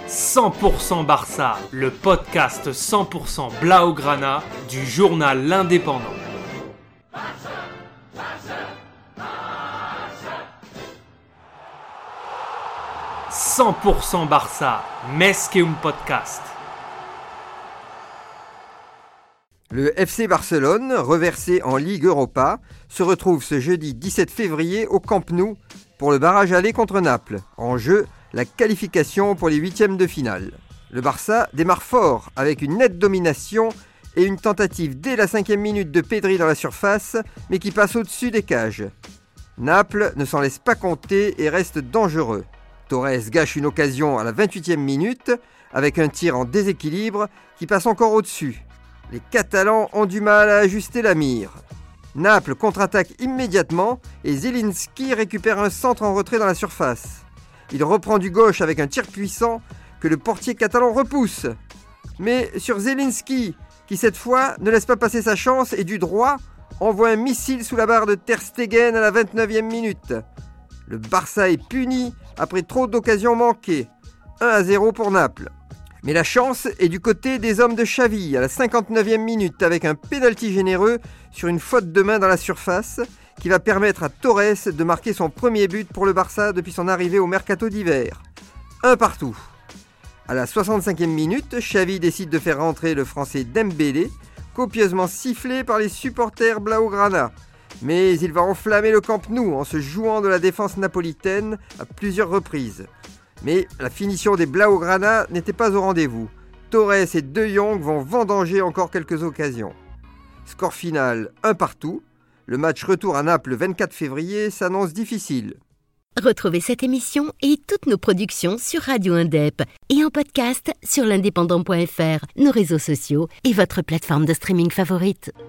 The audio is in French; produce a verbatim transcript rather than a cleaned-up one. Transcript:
cent pour cent Barça, le podcast cent pour cent Blaugrana du journal L'Indépendant. cent pour cent Barça, Més que un podcast. Le F C Barcelone, reversé en Ligue Europa, se retrouve ce jeudi dix-sept février au Camp Nou pour le barrage aller contre Naples. En jeu, la qualification pour les huitièmes de finale. Le Barça démarre fort avec une nette domination et une tentative dès la cinquième minute de Pedri dans la surface, mais qui passe au-dessus des cages. Naples ne s'en laisse pas compter et reste dangereux. Torres gâche une occasion à la vingt-huitième minute avec un tir en déséquilibre qui passe encore au-dessus. Les Catalans ont du mal à ajuster la mire. Naples contre-attaque immédiatement et Zielinski récupère un centre en retrait dans la surface. Il reprend du gauche avec un tir puissant que le portier catalan repousse. Mais sur Zielinski, qui cette fois ne laisse pas passer sa chance et du droit envoie un missile sous la barre de Ter Stegen à la vingt-neuvième minute. Le Barça est puni après trop d'occasions manquées. un à zéro pour Naples. Mais la chance est du côté des hommes de Xavi à la cinquante-neuvième minute avec un pénalty généreux sur une faute de main dans la surface qui va permettre à Torres de marquer son premier but pour le Barça depuis son arrivée au mercato d'hiver. Un partout. À la soixante-cinquième minute, Xavi décide de faire rentrer le français Dembélé, copieusement sifflé par les supporters Blaugrana. Mais il va enflammer le Camp Nou en se jouant de la défense napolitaine à plusieurs reprises. Mais la finition des Blaugrana n'était pas au rendez-vous. Torres et De Jong vont vendanger encore quelques occasions. Score final, un partout. Le match retour à Naples le vingt-quatre février s'annonce difficile. Retrouvez cette émission et toutes nos productions sur Radio Indep et en podcast sur l'indépendant point f r, nos réseaux sociaux et votre plateforme de streaming favorite.